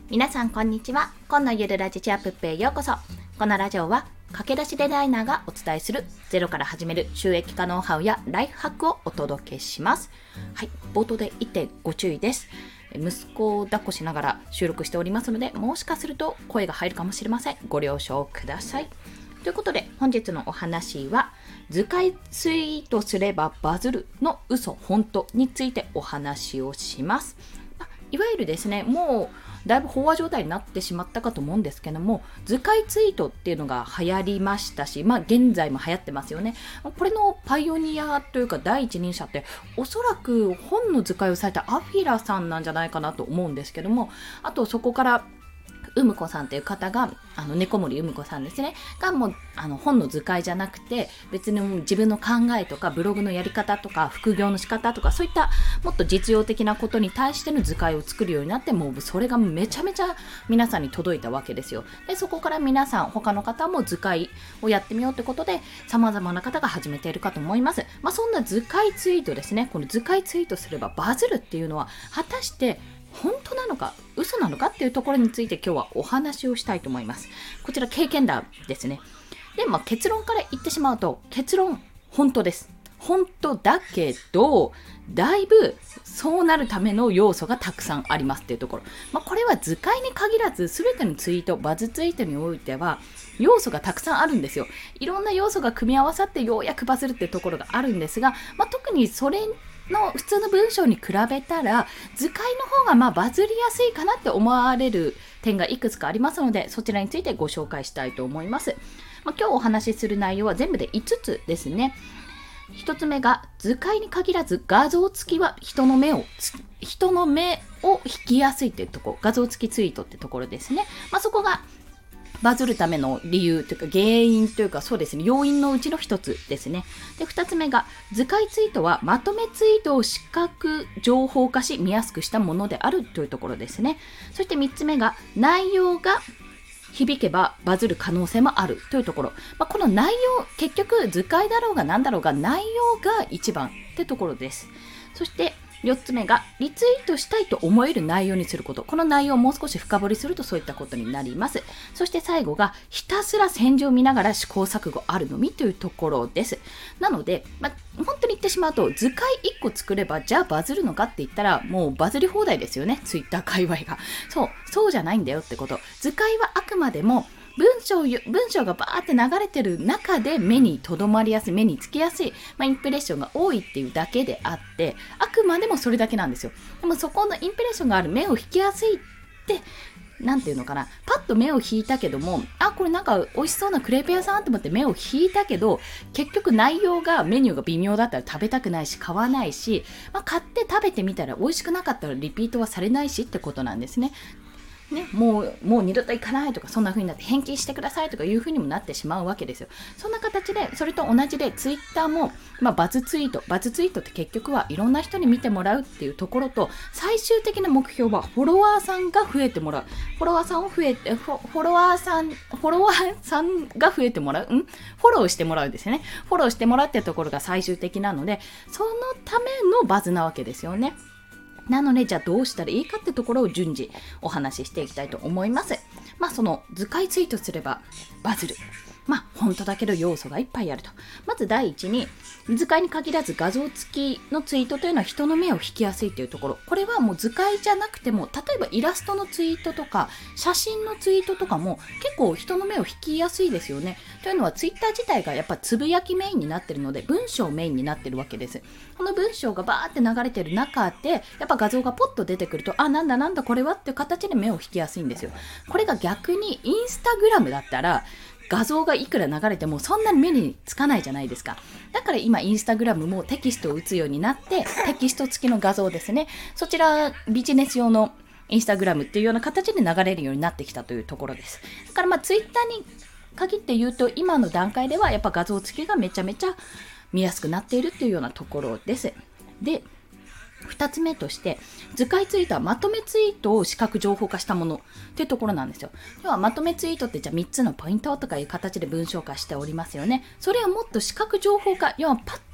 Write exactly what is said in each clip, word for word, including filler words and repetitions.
皆さんこんにちは。今のゆるラジチアップへようこそ。このラジオは駆け出しデザイナーがお伝えするゼロから始める収益化ノウハウやライフハックをお届けします。はい、冒頭でいってんご注意です。息子を抱っこしながら収録しておりますので、もしかすると声が入るかもしれません。ご了承ください。ということで本日のお話は、図解ツイートすればバズるの嘘本当についてお話をします。いわゆるですね、もうだいぶ飽和状態になってしまったかと思うんですけども、図解ツイートっていうのが流行りましたし、まあ現在も流行ってますよね。これのパイオニアというか第一人者って、おそらく本の図解をされたアフィラさんなんじゃないかなと思うんですけども、あとそこからうむこさんという方が、あの猫森うむこさんですねが、もうあの本の図解じゃなくて、別に自分の考えとかブログのやり方とか副業の仕方とか、そういったもっと実用的なことに対しての図解を作るようになって、もうそれがめちゃめちゃ皆さんに届いたわけですよ。でそこから皆さん他の方も図解をやってみようってことで、様々な方が始めているかと思います。まあそんな図解ツイートですね、この図解ツイートすればバズるっていうのは果たして本当なのか嘘なのかっていうところについて今日はお話をしたいと思います。こちら経験談ですね。で、まあ、結論から言ってしまうと、結論本当です。本当だけど、だいぶそうなるための要素がたくさんありますっていうところ。まあ、これは図解に限らず全てのツイート、バズツイートにおいては要素がたくさんあるんですよ。いろんな要素が組み合わさってようやくバズるっていうところがあるんですが、まあ、特にそれの普通の文章に比べたら図解の方がまあバズりやすいかなって思われる点がいくつかありますので、そちらについてご紹介したいと思います。まあ、今日お話しする内容は全部でいつつですね。ひとつめが、図解に限らず画像付きは人の目を人の目を引きやすいっていうところ、画像付きツイートってところですね。まあ、そこがバズるための理由というか原因というか、そうですね、要因のうちの一つですね。で、二つ目が、図解ツイートはまとめツイートを視覚情報化し見やすくしたものであるというところですね。そして三つ目が、内容が響けばバズる可能性もあるというところ。まあ、この内容、結局図解だろうが何だろうが内容が一番ってところです。そしてよっつめが、リツイートしたいと思える内容にすること。この内容をもう少し深掘りするとそういったことになります。そして最後が、ひたすら戦場を見ながら試行錯誤あるのみというところです。なので、まあ、本当に言ってしまうと、図解いっこ作ればじゃあバズるのかって言ったら、もうバズり放題ですよね、ツイッター界隈が。そう、そうじゃないんだよってこと。図解はあくまでも文章文章がバーって流れてる中で目に留まりやすい、目につきやすい、まあ、インプレッションが多いっていうだけであって、あくまでもそれだけなんですよ。でもそこのインプレッションがある、目を引きやすいって、なんていうのかな、パッと目を引いたけども、あ、これなんか美味しそうなクレープ屋さんと思って目を引いたけど、結局内容が、メニューが微妙だったら食べたくないし買わないし、まあ、買って食べてみたら美味しくなかったらリピートはされないしってことなんですね。ね、もう、もう二度と行かないとか、そんな風になって返金してくださいとかいう風にもなってしまうわけですよ。そんな形で、それと同じで、ツイッターも、まあ、バズツイート、バズツイートって結局はいろんな人に見てもらうっていうところと、最終的な目標はフォロワーさんが増えてもらう。フォロワーさんを増えて、フォフォロワーさん、フォロワーさんが増えてもらう、んフォローしてもらうですね。フォローしてもらうってところが最終的なので、そのためのバズなわけですよね。なので、じゃあどうしたらいいかってところを順次お話ししていきたいと思います。まあその図解ツイートすればバズる。まあ本当だけど要素がいっぱいあると。まず第一に、図解に限らず画像付きのツイートというのは人の目を引きやすいというところ。これはもう図解じゃなくても、例えばイラストのツイートとか写真のツイートとかも結構人の目を引きやすいですよね。というのはツイッター自体がやっぱつぶやきメインになってるので、文章メインになってるわけです。この文章がバーって流れてる中で、やっぱ画像がポッと出てくると、あ、なんだなんだこれはっていう形で目を引きやすいんですよ。これが逆にインスタグラムだったら、画像がいくら流れてもそんなに目につかないじゃないですか。だから今インスタグラムもテキストを打つようになって、テキスト付きの画像ですね。そちらビジネス用のインスタグラムっていうような形で流れるようになってきたというところです。だからまあツイッターに限って言うと、今の段階ではやっぱ画像付きがめちゃめちゃ見やすくなっているっていうようなところです。で、二つ目として、図解ツイートはまとめツイートを視覚情報化したものっていうところなんですよ。要はまとめツイートってじゃあみっつのポイントとかいう形で文章化しておりますよね。それをもっと視覚情報化、要はパッ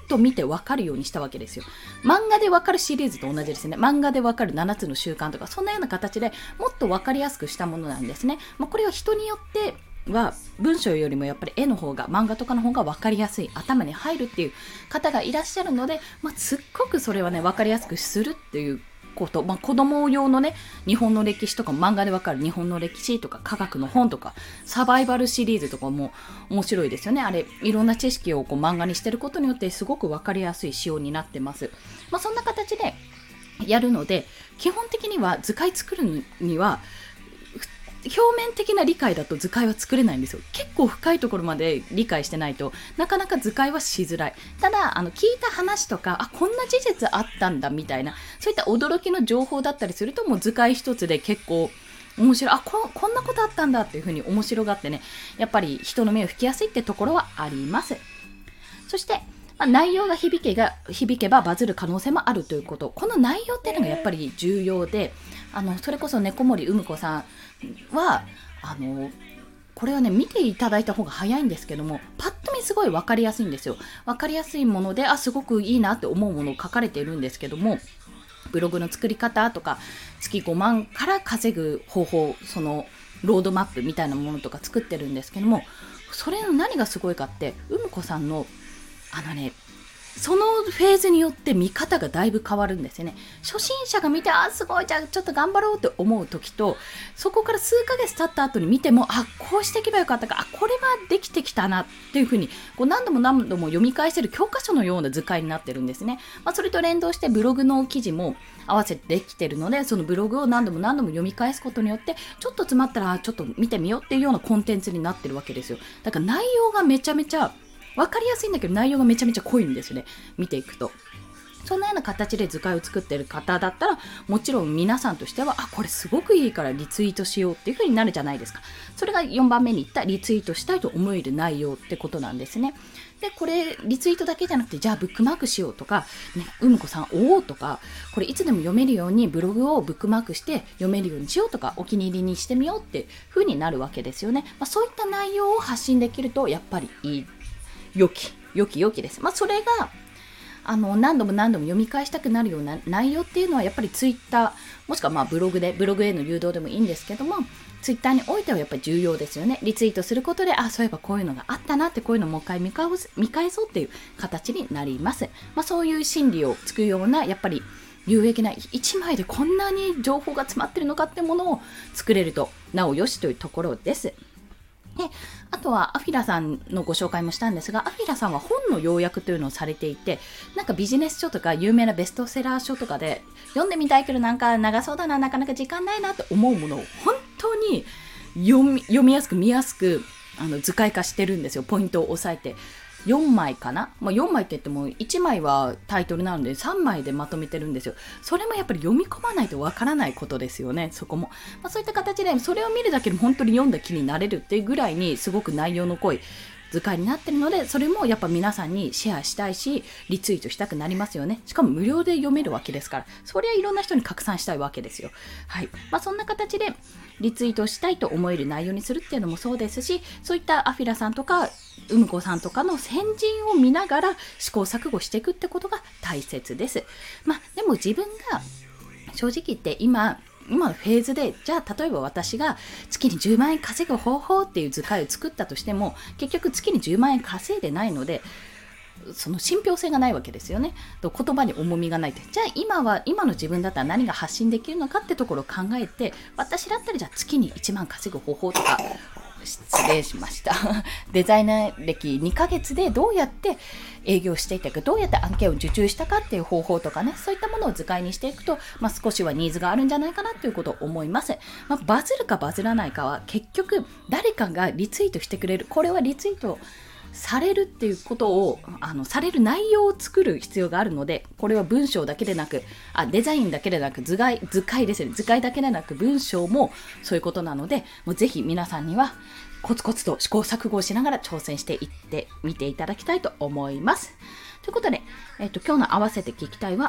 と見てわかるようにしたわけですよ。漫画でわかるシリーズと同じですね。漫画でわかるななつの習慣とか、そんなような形でもっとわかりやすくしたものなんですね。まあ、これは人によっては文章よりもやっぱり絵の方が、漫画とかの方が分かりやすい、頭に入るっていう方がいらっしゃるので、まあ、すっごくそれはね分かりやすくするっていうこと、まあ、子供用のね日本の歴史とか、漫画で分かる日本の歴史とか、科学の本とか、サバイバルシリーズとかも面白いですよね。あれいろんな知識をこう漫画にしてることによってすごく分かりやすい仕様になってます。まあ、そんな形でやるので、基本的には図解作るには表面的な理解だと図解は作れないんですよ。結構深いところまで理解してないとなかなか図解はしづらい。ただあの聞いた話とか、あこんな事実あったんだみたいな、そういった驚きの情報だったりすると、もう図解一つで結構面白い、あ こ, こんなことあったんだっていう風に面白がってね、やっぱり人の目を引きやすいってところはあります。そしてまあ、内容が響けが響けばバズる可能性もあるということ、この内容っていうのがやっぱり重要で、あのそれこそ猫森うむこさんはあのこれはね見ていただいた方が早いんですけども、パッと見すごい分かりやすいんですよ。分かりやすいもので、あすごくいいなって思うものを書かれているんですけども、ブログの作り方とか、月ごまんから稼ぐ方法、そのロードマップみたいなものとか作ってるんですけども、それの何がすごいかって、うむこさんのあのね、そのフェーズによって見方がだいぶ変わるんですよね。初心者が見て、あすごい、じゃあちょっと頑張ろうって思う時と、そこから数ヶ月経った後に見ても、あこうしていけばよかったか、あこれはできてきたなっていう風にこう何度も何度も読み返せる教科書のような図解になってるんですね。まあ、それと連動してブログの記事も合わせてできてるので、そのブログを何度も何度も読み返すことによって、ちょっと詰まったらちょっと見てみようっていうようなコンテンツになってるわけですよ。だから内容がめちゃめちゃ分かりやすいんだけど、内容がめちゃめちゃ濃いんですよね、見ていくと。そんなような形で図解を作っている方だったら、もちろん皆さんとしては、あこれすごくいいからリツイートしようっていう風になるじゃないですか。それがよんばんめに言ったリツイートしたいと思える内容ってことなんですね。でこれリツイートだけじゃなくて、じゃあブックマークしようとか、ね、うむこさんおおとか、これいつでも読めるようにブログをブックマークして読めるようにしようとか、お気に入りにしてみようっていう風になるわけですよね。まあ、そういった内容を発信できるとやっぱりいい良き良き良きです。まあ、それがあの何度も何度も読み返したくなるような内容っていうのは、やっぱりツイッターもしくはまあブログでブログへの誘導でもいいんですけども、ツイッターにおいてはやっぱり重要ですよね。リツイートすることで、あそういえばこういうのがあったなって、こういうのをもう一回見返す見返そうっていう形になります。まあ、そういう心理をつくような、やっぱり有益ないちまいでこんなに情報が詰まってるのかってものを作れるとなおよしというところです。であとはアフィラさんのご紹介もしたんですが、アフィラさんは本の要約というのをされていて、なんかビジネス書とか有名なベストセラー書とかで読んでみたいけどなんか長そうだな、なかなか時間ないなって思うものを本当に読み、読みやすく見やすくあの図解化してるんですよ。ポイントを押さえてよんまいかな、まあ、よんまいって言ってもいちまいはタイトルなのでさんまいでまとめてるんですよ。それもやっぱり読み込まないとわからないことですよね。そこも、まあ、そういった形でそれを見るだけで本当に読んだ気になれるっていうぐらいにすごく内容の濃い図解になってるので、それもやっぱ皆さんにシェアしたいし、リツイートしたくなりますよね。しかも無料で読めるわけですから、それはいろんな人に拡散したいわけですよ。はい。まあ、そんな形でリツイートしたいと思える内容にするっていうのもそうですし、そういったアフィラさんとかうむこさんとかの先人を見ながら試行錯誤していくってことが大切です。まあ、でも自分が正直言って今今のフェーズで、じゃあ例えば私が月にじゅうまんえん稼ぐ方法っていう図解を作ったとしても、結局月にじゅうまんえん稼いでないので、その信憑性がないわけですよね。と言葉に重みがないって、じゃあ今は今の自分だったら何が発信できるのかってところを考えて、私だったらじゃあ月にいちまん稼ぐ方法とか、失礼しましたデザイナー歴にかげつでどうやって営業していたか、どうやって案件を受注したかっていう方法とかね、そういったものを図解にしていくと、まあ、少しはニーズがあるんじゃないかなということを思います。まあ、バズるかバズらないかは結局誰かがリツイートしてくれる、これはリツイートされるっていうことをあのされる内容を作る必要があるので、これは文章だけでなく、あデザインだけでなく図解、図解ですね、図解だけでなく文章もそういうことなので、もうぜひ皆さんにはコツコツと試行錯誤をしながら挑戦していってみていただきたいと思います。ということで、えっと、今日の合わせて聞きたいは、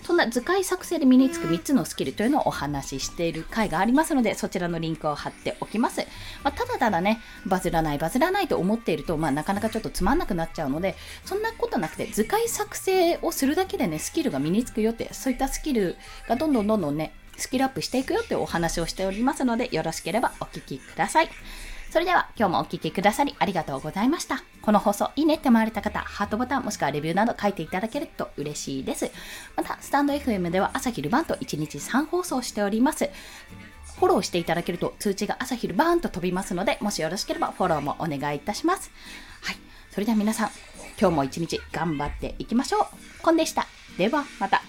そんな図解作成で身につくみっつのスキルというのをお話ししている回がありますので、そちらのリンクを貼っておきます。まあ、ただただね、バズらないバズらないと思っていると、まあ、なかなかちょっとつまんなくなっちゃうので、そんなことなくて図解作成をするだけでね、スキルが身につくよって、そういったスキルがどんどんどんどんね、スキルアップしていくよっていうお話をしておりますので、よろしければお聞きください。それでは今日もお聞きくださりありがとうございました。この放送いいねって思われた方、ハートボタンもしくはレビューなど書いていただけると嬉しいです。またスタンド エフエム では朝昼晩といちにちさん放送しております。フォローしていただけると通知が朝昼晩と飛びますので、もしよろしければフォローもお願いいたします。はい、それでは皆さん、今日も一日頑張っていきましょう。コンでした。ではまた。